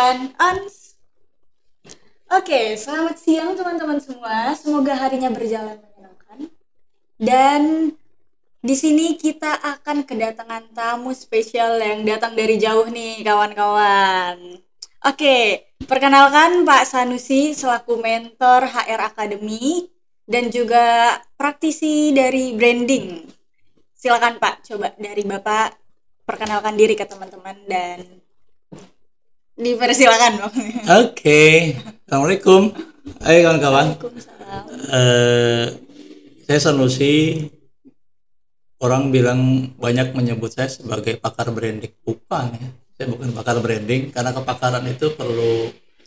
And ons. Oke, selamat siang teman-teman semua. Semoga harinya berjalan menyenangkan. Dan di sini kita akan kedatangan tamu spesial yang datang dari jauh nih, kawan-kawan. Oke, perkenalkan Pak Sanusi selaku mentor HR Academy dan juga praktisi dari branding. Silakan Pak, coba dari Bapak perkenalkan diri ke teman-teman dan dipersilakan Bang. Oke, Assalamualaikum. Hai kawan-kawan. Waalaikumsalam. Saya Sanusi. Orang bilang banyak menyebut saya sebagai pakar branding. Bukan ya. Saya bukan pakar branding karena kepakaran itu perlu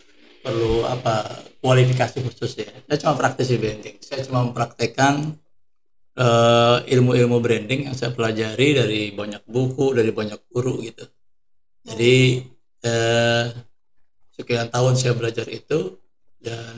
kualifikasi khusus ya. Saya cuma praktisi branding. Saya cuma mempraktekkan ilmu-ilmu branding yang saya pelajari dari banyak buku, dari banyak guru gitu. Jadi sekian tahun saya belajar itu, dan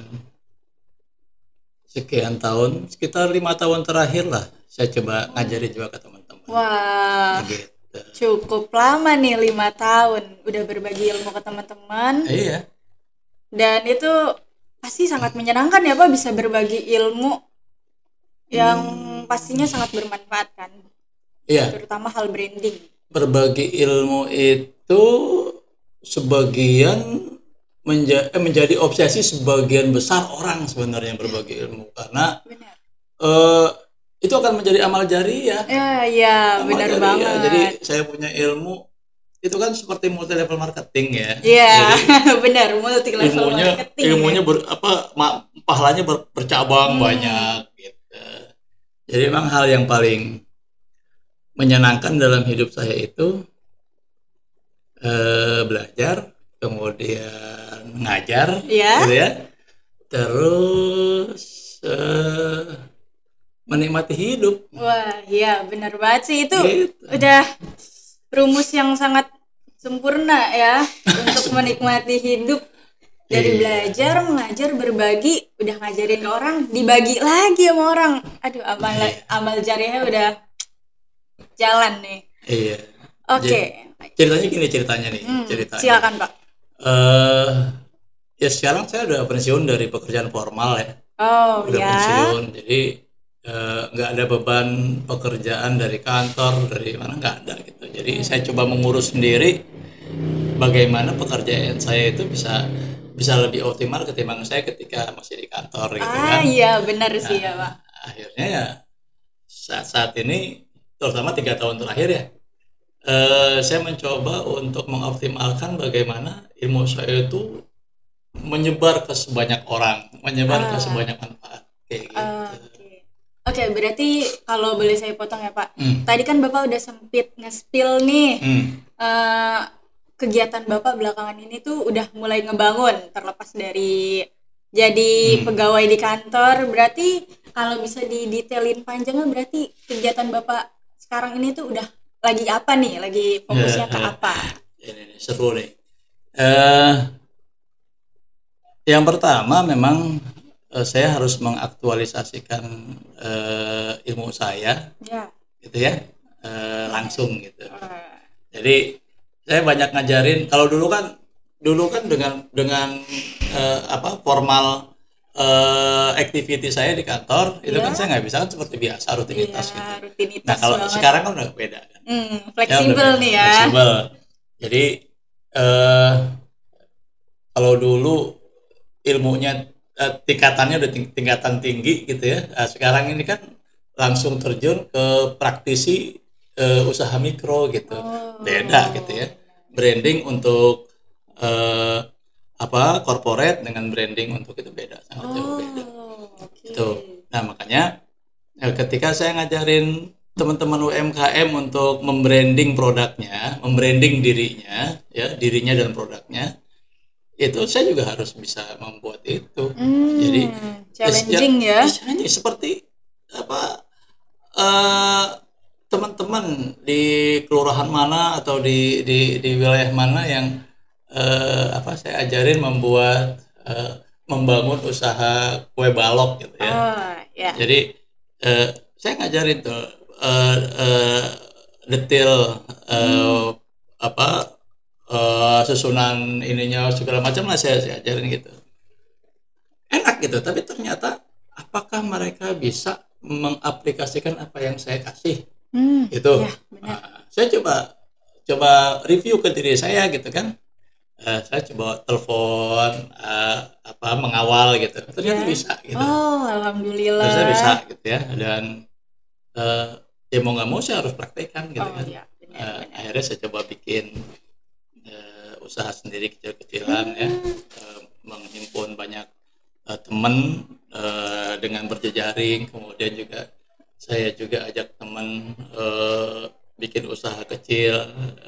sekian tahun, sekitar 5 tahun terakhir lah saya coba ngajari juga ke teman-teman. Wah, Gitu. cukup lama nih 5 tahun udah berbagi ilmu ke teman-teman. Iya. Dan itu pasti sangat menyenangkan ya Pak, bisa berbagi ilmu yang pastinya sangat bermanfaat kan. Iya. Terutama hal branding. Berbagi ilmu itu sebagian menjadi obsesi sebagian besar orang sebenarnya yang berbagi ilmu, karena Benar. itu akan menjadi amal jariah. Iya, Amal benar jariah. banget. Jadi saya punya ilmu itu kan seperti multi level marketing ya. Iya, Jadi benar, multi level marketing. ilmunya pahalanya bercabang banyak gitu. Jadi memang hal yang paling menyenangkan dalam hidup saya itu belajar, kemudian ngajar, Ya. gitu ya. Terus menikmati hidup. Wah, iya benar banget sih itu. Gitu. Udah rumus yang sangat sempurna ya untuk menikmati hidup. Dari belajar, mengajar, berbagi, udah ngajarin ke orang, dibagi lagi sama orang. Aduh, amal jariahnya udah jalan nih. Iya. Oke. Ceritanya nih. Silakan Pak. Ya sekarang saya udah pensiun dari pekerjaan formal ya. Oh Udah ya. pensiun, jadi nggak ada beban pekerjaan dari kantor, dari mana, nggak ada gitu. Jadi saya coba mengurus sendiri bagaimana pekerjaan saya itu bisa lebih optimal ketimbang saya ketika masih di kantor gitu kan. Iya benar sih ya Pak. Akhirnya ya saat ini, terutama 3 tahun terakhir ya, saya mencoba untuk mengoptimalkan bagaimana ilmu saya itu menyebar ke sebanyak orang, menyebar ke sebanyak manfaat kayak gitu. Oke, berarti kalau boleh saya potong ya Pak. Tadi kan Bapak udah sempit nge-spill nih. Kegiatan Bapak belakangan ini tuh udah mulai ngebangun, terlepas dari jadi pegawai di kantor. Berarti kalau bisa didetailin panjangnya, berarti kegiatan Bapak sekarang ini tuh udah lagi apa nih? Lagi fokusnya ke apa? Ini seru nih. Yang pertama memang saya harus mengaktualisasikan ilmu saya, gitu ya, langsung gitu. Jadi saya banyak ngajarin. Kalau dulu kan dengan formal activity saya di kantor itu kan saya nggak bisa kan seperti biasa rutinitas gitu. Rutinitas nah kalau banget. sekarang kan udah beda kan. Fleksibel nih ya. Fleksibel. Jadi kalau dulu ilmunya tingkatannya udah tingkatan tinggi gitu ya. Nah, sekarang ini kan langsung terjun ke praktisi usaha mikro gitu. Beda gitu ya. Branding untuk corporate dengan branding untuk itu beda, sangat jauh beda. Itu. Nah, makanya ketika saya ngajarin teman-teman UMKM untuk membranding produknya, membranding dirinya dan produknya, itu saya juga harus bisa membuat itu. Jadi challenging ya. Challenging seperti teman-teman di kelurahan mana atau di wilayah mana yang saya ajarin membangun usaha kue balok gitu ya. Jadi saya ngajarin tuh detail susunan ininya segala macam lah saya ajarin gitu. Enak gitu, tapi ternyata apakah mereka bisa mengaplikasikan apa yang saya kasih? Gitu. Ya, saya coba review ke diri saya gitu kan. Saya coba telepon mengawal gitu, ternyata bisa gitu. Oh, alhamdulillah. Ternyata bisa gitu ya, dan ya mau nggak mau saya harus praktekkan gitu kan. Ya, benar. Akhirnya saya coba bikin usaha sendiri kecil-kecilan ya, menghimpun banyak teman dengan berjejaring, kemudian juga saya juga ajak teman bikin usaha kecil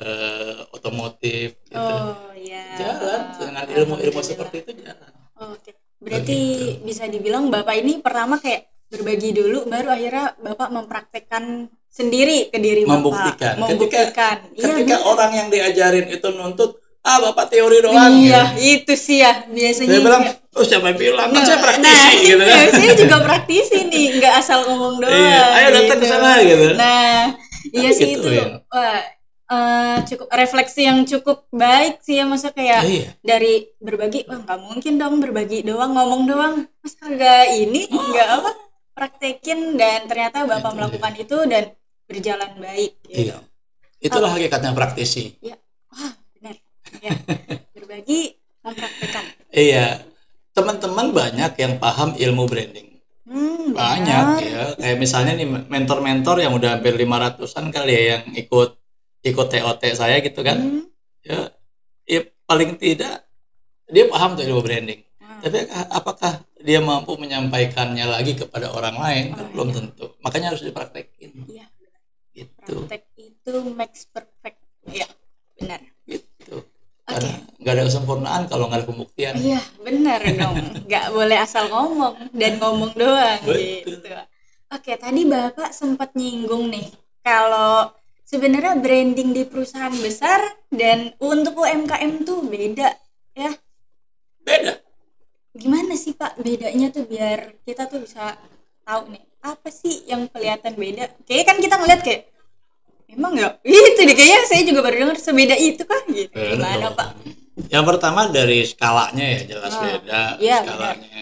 otomotif gitu. Oh ya. Jalan dengan ilmu-ilmu seperti itu jalan. Oke. Berarti bisa dibilang Bapak ini pertama kayak berbagi dulu, baru akhirnya Bapak mempraktekkan sendiri ke diri Bapak. Membuktikan. Ketika orang yang diajarin itu nuntut, Bapak teori doang. Iya, gitu. Itu sih ya biasanya. Saya bilang, siapa yang bilang? Kan saya praktisi gitu kan. Saya juga praktisi nih, nggak asal ngomong doang. Iya, ayo datang ke sana gitu. Nah, iya sih gitu, itu. Ya. Wah, cukup refleksi yang cukup baik sih ya, masa kayak dari berbagi, nggak mungkin dong berbagi doang, ngomong doang, mas kagak ini nggak praktekin, dan ternyata Bapak melakukan itu dan berjalan baik. Gitu. Iya, itulah hakikatnya praktisi. Iya, benar. Ya, berbagi, mempraktekkan. Iya, teman-teman banyak yang paham ilmu branding. Banyak ya, kayak misalnya nih mentor-mentor yang udah hampir 500-an kali ya yang ikut TOT saya gitu kan. Ya paling tidak dia paham tuh ilmu branding. Tapi apakah dia mampu menyampaikannya lagi kepada orang lain? Belum tentu. Makanya harus dipraktekin. Iya. Gitu. Praktek itu makes perfect. Iya, benar. Gitu. Karena nggak ada kesempurnaan kalau nggak ada pembuktian. Iya, benar dong. Nggak boleh asal ngomong dan ngomong doang. Gitu. Oke, tadi Bapak sempat nyinggung nih kalau sebenarnya branding di perusahaan besar dan untuk UMKM tuh beda ya. Beda. Gimana sih Pak bedanya tuh biar kita tuh bisa tahu nih apa sih yang kelihatan beda? Kayaknya kan kita ngeliat kayak emang nggak? Itu deh kayaknya saya juga baru dengar sebeda itu kan gitu. Gimana Pak? Yang pertama dari skalanya ya jelas beda skalanya.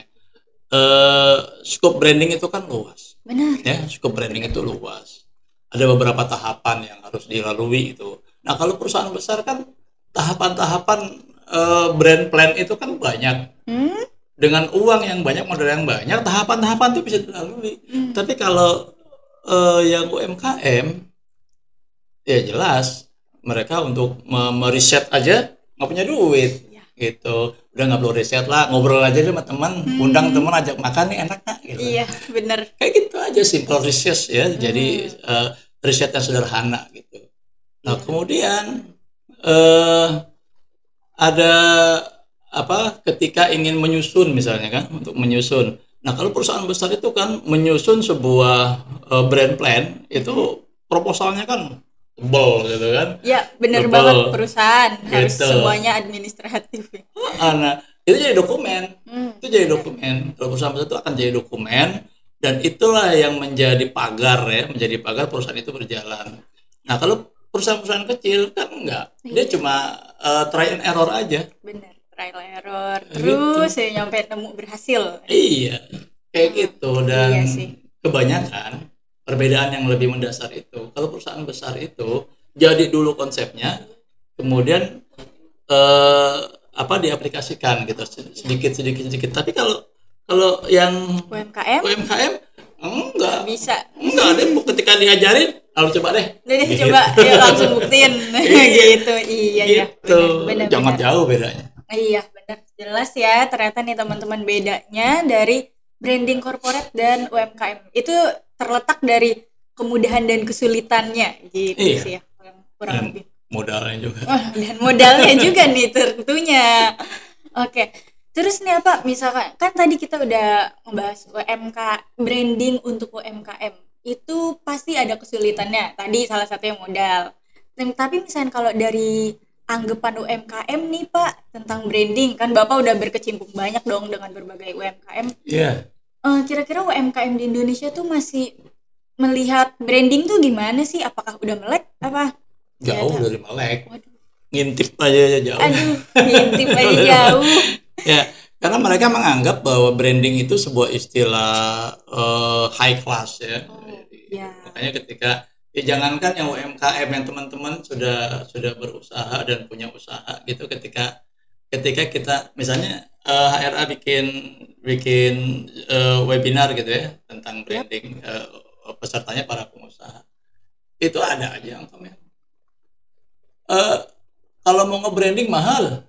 Scope branding itu kan luas. Benar. Ya, scope branding itu luas. Ada beberapa tahapan yang harus dilalui itu. Nah, kalau perusahaan besar kan tahapan-tahapan brand plan itu kan banyak. Dengan uang yang banyak, modal yang banyak, tahapan-tahapan itu bisa dilalui. Tapi kalau yang UMKM ya jelas mereka untuk meriset aja nggak punya duit gitu, udah nggak perlu riset lah, ngobrol aja deh sama teman, undang teman, ajak makan nih enak nggak gitu. Iya bener, kayak gitu aja, simple research ya. Jadi riset yang sederhana gitu. Nah kemudian ada ketika ingin menyusun misalnya kan, untuk menyusun. Nah kalau perusahaan besar itu kan menyusun sebuah brand plan itu proposalnya kan tebal gitu kan. Ya benar banget, perusahaan gitu. Harus semuanya administratif. Nah itu jadi dokumen. Itu jadi dokumen. Kalau perusahaan besar itu akan jadi dokumen, dan itulah yang menjadi pagar ya, menjadi pagar perusahaan itu berjalan. Nah kalau perusahaan-perusahaan kecil kan enggak, dia cuma try and error aja. Benar, trial error terus saya nyampe nemu berhasil. Iya kayak gitu. Dan kebanyakan perbedaan yang lebih mendasar itu, kalau perusahaan besar itu jadi dulu konsepnya, kemudian diaplikasikan gitu sedikit. Tapi kalau yang UMKM enggak bisa. Enggak ada, kita diajarin lalu coba deh. Coba ya langsung buktiin gitu. Iya gitu. Benar, jangan jauh bedanya. Iya benar, jelas ya ternyata nih teman-teman bedanya dari branding corporate dan UMKM itu terletak dari kemudahan dan kesulitannya gitu sih ya, kurang lebih. Modalnya juga. Dan modalnya juga nih tentunya. Oke. Terus nih apa, misalkan kan tadi kita udah ngebahas branding untuk UMKM. Itu pasti ada kesulitannya. Tadi salah satunya modal. Tapi misalkan kalau dari anggapan UMKM nih Pak tentang branding, kan Bapak udah berkecimpung banyak dong dengan berbagai UMKM. Iya. Kira-kira UMKM di Indonesia tuh masih melihat branding tuh gimana sih? Apakah udah melek apa? Jauh dari melek. Waduh. ngintip aja jauh. Aduh, ngintip aja jauh. Ya, karena mereka menganggap bahwa branding itu sebuah istilah high class ya. Makanya ketika jangankan yang UMKM, yang teman-teman sudah berusaha dan punya usaha gitu, ketika kita misalnya HRA bikin webinar gitu ya tentang branding, pesertanya para pengusaha, itu ada aja yang komen, kalau mau nge-branding mahal.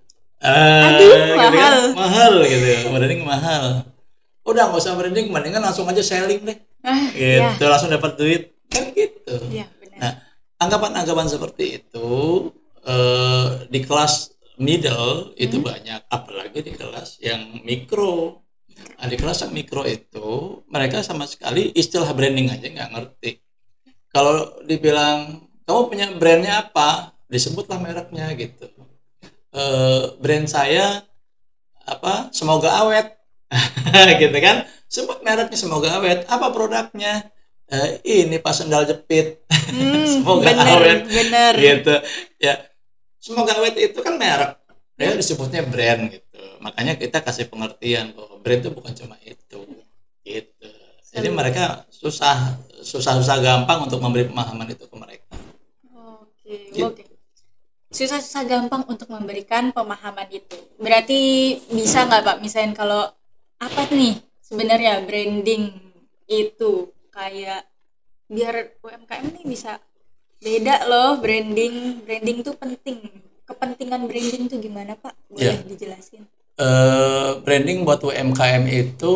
Mahal gitu ya, branding mahal. Udah nggak usah branding, mendingan langsung aja selling deh, gitu, langsung dapat duit kan gitu. Nah, anggapan seperti itu di kelas middle itu banyak, apalagi di kelas yang mikro. Nah, di kelas yang mikro itu mereka sama sekali istilah branding aja nggak ngerti. Kalau dibilang kamu punya brandnya apa, disebutlah mereknya gitu. Brand saya apa, semoga awet. Gitu kan, sebut mereknya semoga awet. Apa produknya? Ini pas sendal jepit. Semoga awet. Bener. Gitu ya, semoga awet itu kan merek ya, disebutnya brand gitu. Makanya kita kasih pengertian bahwa brand itu bukan cuma itu gitu. Jadi mereka susah gampang untuk memberi pemahaman itu ke mereka. Oke. Susah gampang untuk memberikan pemahaman itu. Berarti bisa nggak Pak, misalnya kalau apa nih sebenarnya branding itu, kayak biar UMKM nih bisa beda loh, branding tuh penting. Kepentingan branding tuh gimana Pak? Boleh dijelasin? Branding buat UMKM itu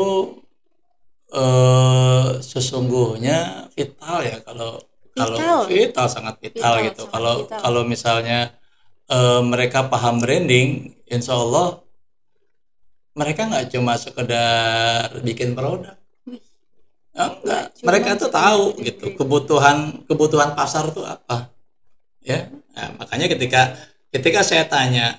sesungguhnya vital ya, kalau vital, sangat vital gitu. Kalau misalnya mereka paham branding, insya Allah mereka nggak cuma sekedar bikin produk. Enggak, mereka tuh tahu gitu kebutuhan pasar tuh apa ya. Nah, makanya ketika saya tanya,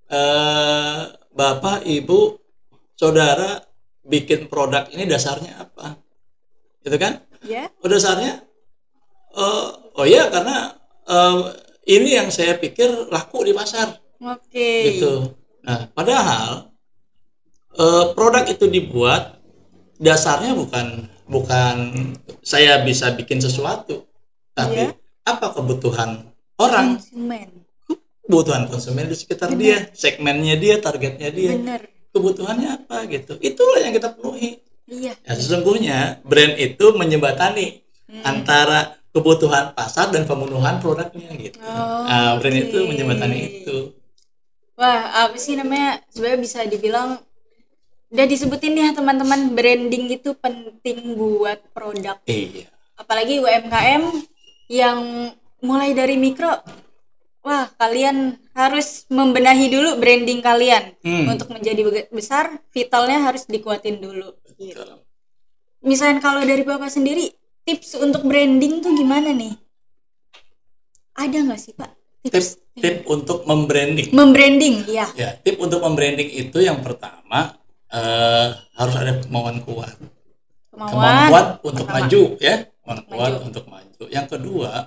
Bapak, Ibu, Saudara bikin produk ini dasarnya apa, gitu kan? Dasarnya oh ya karena ini yang saya pikir laku di pasar. Gitu. Nah, padahal produk itu dibuat dasarnya bukan saya bisa bikin sesuatu, tapi apa kebutuhan orang, kebutuhan konsumen di sekitar dia, segmennya dia, targetnya dia. Kebutuhannya apa gitu, itulah yang kita penuhi. Ya, sesungguhnya brand itu menjembatani antara kebutuhan pasar dan pemenuhan produknya gitu. Brand itu menjembatani itu. Wah, apa sih namanya, sebenarnya bisa dibilang udah disebutin ya teman-teman, branding itu penting buat produk. Apalagi UMKM yang mulai dari mikro. Wah, kalian harus membenahi dulu branding kalian. Untuk menjadi besar, vitalnya harus dikuatin dulu gitu. Misalnya kalau dari Bapak sendiri, tips untuk branding tuh gimana nih? Ada nggak sih Pak? Tips untuk membranding? Ya. Tip untuk membranding itu yang pertama harus ada kemauan kuat. Kemauan untuk maju ya. Untuk maju. Yang kedua,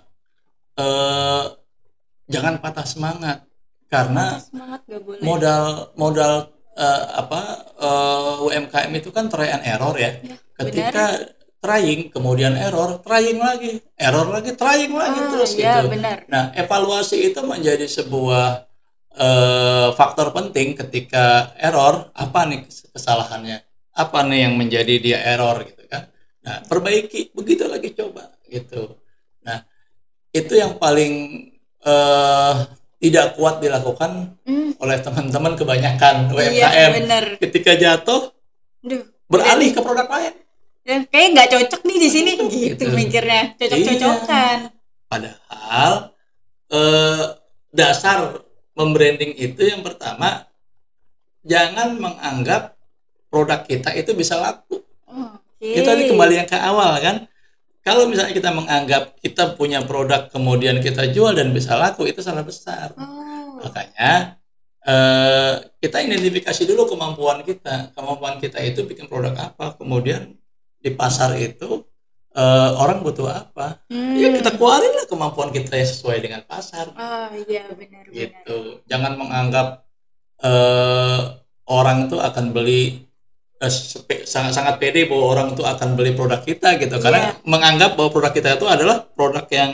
jangan patah semangat, karena modal UMKM itu kan try and error ya. Ketika trying, kemudian error, trying lagi, trying lagi terus gitu. Nah, evaluasi itu menjadi sebuah faktor penting. Ketika error, apa nih kesalahannya, apa nih yang menjadi dia error gitu kan. Nah, perbaiki, begitu lagi coba gitu. Nah, itu yang paling tidak kuat dilakukan oleh teman-teman kebanyakan UMKM. Ketika jatuh, beralih ke produk lain. Kayaknya nggak cocok nih di sini gitu mikirnya, cocok-cocokan. Padahal dasar membranding itu yang pertama, jangan menganggap produk kita itu bisa laku. Itu tadi kembali yang ke awal kan. Kalau misalnya kita menganggap kita punya produk kemudian kita jual dan bisa laku, itu salah besar. Makanya kita identifikasi dulu kemampuan kita. Kemampuan kita itu bikin produk apa, kemudian di pasar itu orang butuh apa, ya kita keluarin lah kemampuan kita yang sesuai dengan pasar. Oh iya benar. Gitu. Jangan menganggap orang itu akan beli sangat pede bahwa orang itu akan beli produk kita gitu, karena menganggap bahwa produk kita itu adalah produk yang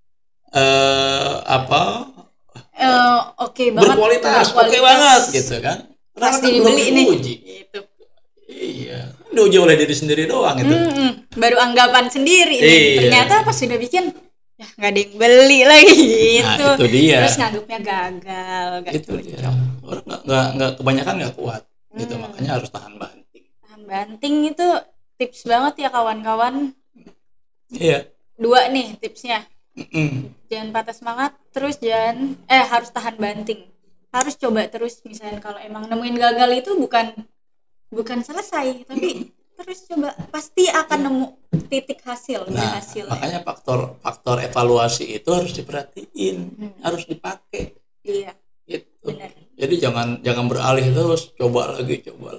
oke banget, berkualitas, oke banget gitu kan. Pasti dibeli nih. Gitu. Iya, diuji oleh diri sendiri doang itu. Baru anggapan sendiri nih. Ternyata pas sudah bikin ya nggak ada yang beli lagi gitu. Nah, itu dia. Terus nganggapnya gagal. Itu dia. Orang nggak kebanyakan nggak kuat. Gitu, makanya harus tahan banting. Tahan banting itu tips banget ya kawan-kawan. Iya. 2 nih tipsnya. Jangan patah semangat, terus harus tahan banting. Harus coba terus, misalnya kalau emang nemuin gagal itu bukan selesai, tapi terus coba, pasti akan nemu titik hasil. Nah, makanya faktor evaluasi itu harus diperhatiin, harus dipakai. Iya. Gitu. Benar. Jadi jangan beralih terus, coba lagi.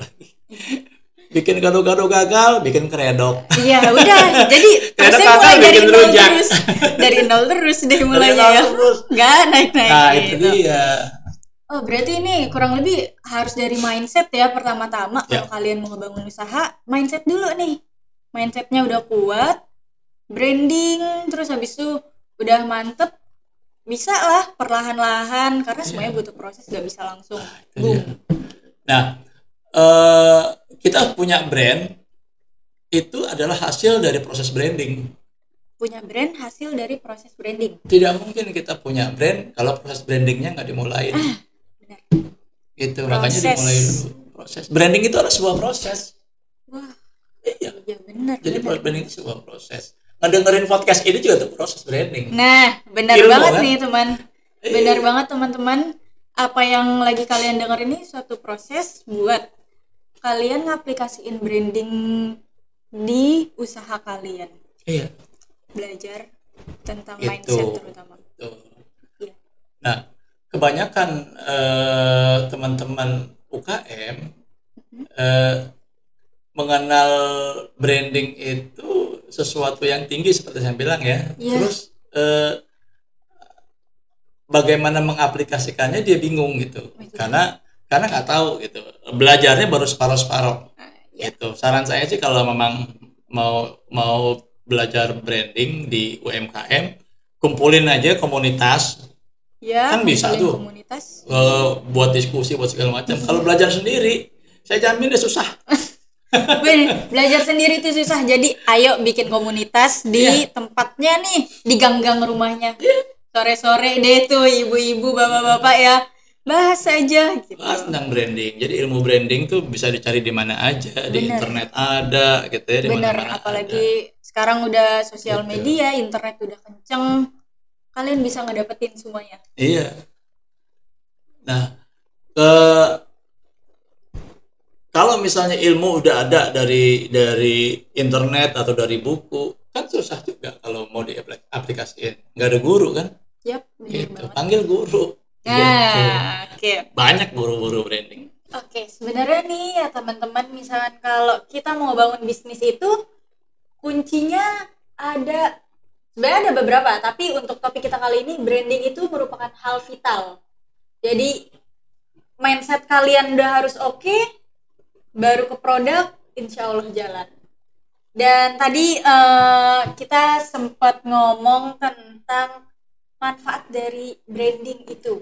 Bikin gado-gado gagal, bikin kredok. Iya, udah. Jadi terusnya mulai dari nol terus. Dari nol terus deh mulainya ya. Nggak naik-naik. Nah, itu dia. Oh, berarti ini kurang lebih harus dari mindset ya pertama-tama. Kalau kalian mau ngebangun usaha, mindset dulu nih. Mindsetnya udah kuat, branding, terus habis itu udah mantep, bisa lah perlahan-lahan, karena semuanya butuh proses, gak bisa langsung boom. Nah, kita punya brand itu adalah hasil dari proses branding. Punya brand hasil dari proses branding. Tidak mungkin kita punya brand kalau proses brandingnya nggak dimulai. Benar. Itu makanya dimulai dulu proses. Branding itu adalah sebuah proses. Wah. Iya benar. Jadi branding itu sebuah proses. Ngedengerin podcast ini juga tuh proses branding. Nah, benar banget kan? Nih teman. Benar banget teman-teman. Apa yang lagi kalian denger ini suatu proses buat kalian ngaplikasiin branding di usaha kalian. Iya. Belajar tentang mindset terutama. Iya. Nah, kebanyakan teman-teman UKM mengenal branding itu sesuatu yang tinggi seperti saya bilang ya. Terus bagaimana mengaplikasikannya dia bingung gitu. Karena nggak tahu gitu. Belajarnya baru separuh-separuh. Gitu. Saran saya sih kalau memang mau belajar branding di UMKM, kumpulin aja komunitas. Ya, kan bisa tuh. Buat diskusi, buat segala macam. Kalau belajar sendiri, saya jamin deh susah. Belajar sendiri itu susah. Jadi ayo bikin komunitas di tempatnya nih, di gang-gang rumahnya. Sore-sore deh tuh ibu-ibu, bapak-bapak ya. Bahas aja gitu. Bahas tentang branding. Jadi ilmu branding tuh bisa dicari di mana aja. Di internet ada gitu ya. Bener, apalagi sekarang udah sosial media, internet udah kenceng. Kalian bisa ngedapetin semuanya. Iya. Nah, kalau misalnya ilmu udah ada dari internet atau dari buku, kan susah juga kalau mau diaplikasiin. Nggak ada guru kan? Yap, gitu. Panggil guru. Oke. Banyak guru-guru branding. Oke, sebenarnya nih ya teman-teman, misalkan kalau kita mau bangun bisnis itu kuncinya sebenarnya ada beberapa, tapi untuk topik kita kali ini branding itu merupakan hal vital. Jadi mindset kalian udah harus oke, baru ke produk, insya Allah jalan. Dan tadi kita sempat ngomong tentang manfaat dari branding itu.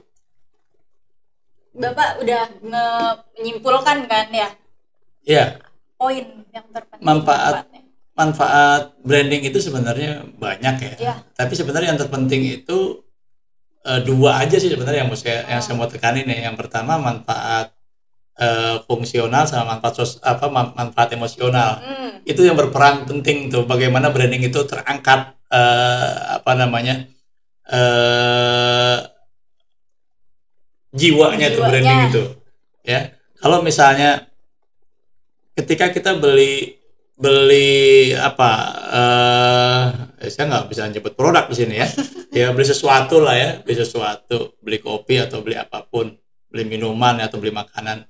Bapak udah menyimpulkan kan ya? Iya. Poin yang terpenting. Manfaat branding itu sebenarnya banyak ya. Tapi sebenarnya yang terpenting itu 2 aja sih sebenarnya yang saya mau tekanin ya. Yang pertama manfaat fungsional sama manfaat emosional. Itu yang berperan penting tuh, bagaimana branding itu terangkat jiwanya tuh branding itu ya. Kalau misalnya ketika kita beli saya nggak bisa nyebut produk di sini ya. Ya beli sesuatu lah ya, beli kopi atau beli apapun, beli minuman atau beli makanan.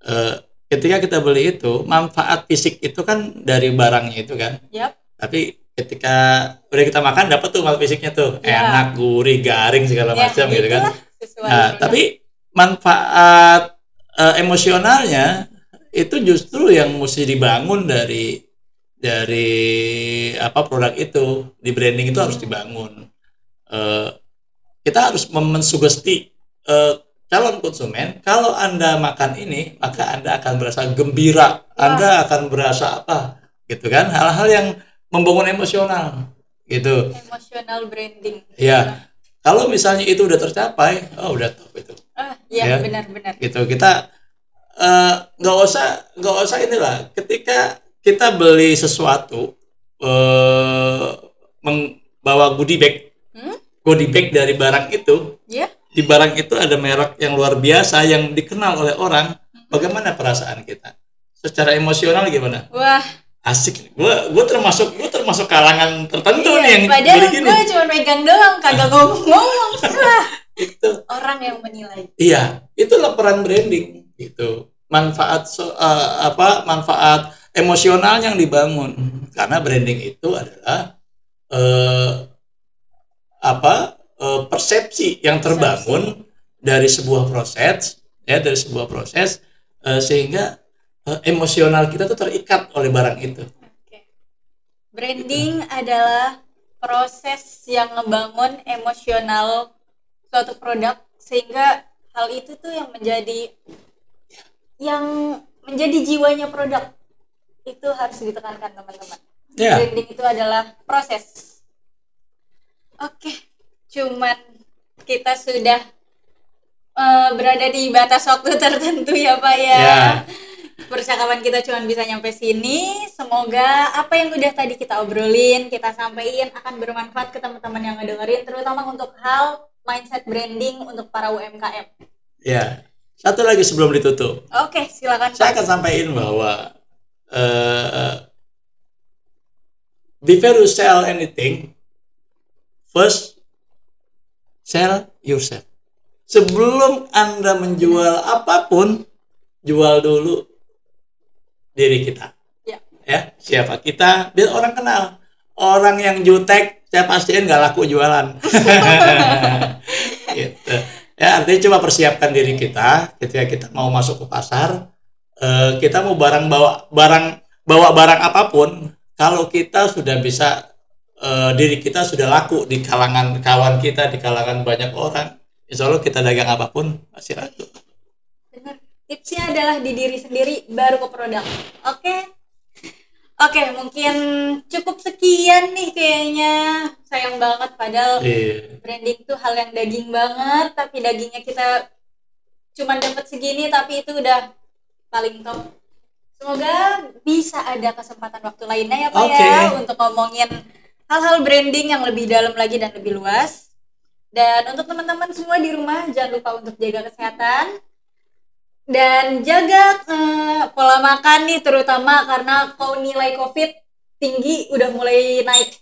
Ketika kita beli itu, manfaat fisik itu kan dari barangnya itu kan. Yep. Tapi ketika udah kita makan dapat tuh manfaat fisiknya tuh, enak, gurih, garing segala macam gitu kan. Nah, tapi manfaat emosionalnya itu justru yang mesti dibangun dari apa produk itu, di branding itu harus dibangun. Kita harus mensugesti calon konsumen, kalau Anda makan ini maka Anda akan merasa gembira, Anda akan berasa apa gitu kan, hal-hal yang membangun emosional gitu. Emotional branding. Ya, kalau misalnya itu udah tercapai, oh udah top itu. Ya, benar-benar. Gitu, kita nggak usah inilah. Ketika kita beli sesuatu, membawa goodie bag dari barang itu, di barang itu ada merek yang luar biasa yang dikenal oleh orang. Bagaimana perasaan kita? Secara emosional gimana? Wah, asik. Gue termasuk kalangan tertentu nih yang padahal gue cuma megang doang, kagak ngomong-ngomong. Itu orang yang menilai. Iya, itulah peran branding gitu. Manfaat manfaat emosional yang dibangun, karena branding itu adalah persepsi yang terbangun dari sebuah proses, sehingga emosional kita tuh terikat oleh barang itu. Branding adalah proses yang ngebangun emosional suatu produk, sehingga hal itu tuh yang menjadi jiwanya produk. Itu harus ditekankan teman-teman. Branding itu adalah proses. Oke, cuman kita sudah berada di batas waktu tertentu ya Pak ya. Percakapan kita cuma bisa nyampe sini. Semoga apa yang udah tadi kita obrolin, kita sampaikan akan bermanfaat ke teman-teman yang ngedengerin, terutama untuk hal mindset branding untuk para UMKM. Ya, satu lagi sebelum ditutup. Oke, silakan. Saya akan sampaikan bahwa before you sell anything, first sell yourself. Sebelum Anda menjual apapun, jual dulu diri kita. Ya, siapa kita, biar orang kenal. Orang yang jutek, saya pastiin nggak laku jualan. Gitu. Ya, artinya coba persiapkan diri kita ketika kita mau masuk ke pasar. Kita mau bawa barang apapun, kalau kita sudah bisa, diri kita sudah laku di kalangan kawan kita, di kalangan banyak orang, insya Allah kita dagang apapun masih laku. Benar. Tipsnya adalah di diri sendiri baru ke produk. Oke, mungkin cukup sekian nih kayaknya. Sayang banget padahal branding itu hal yang daging banget, tapi dagingnya kita cuma dapat segini, tapi itu udah paling top. Semoga bisa ada kesempatan waktu lainnya ya Pak ya, untuk ngomongin hal-hal branding yang lebih dalam lagi dan lebih luas. Dan untuk teman-teman semua di rumah, jangan lupa untuk jaga kesehatan dan jaga pola makan nih, terutama karena nilai COVID tinggi udah mulai naik.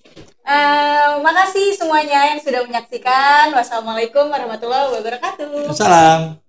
Makasih semuanya yang sudah menyaksikan. Wassalamualaikum warahmatullahi wabarakatuh. Salam.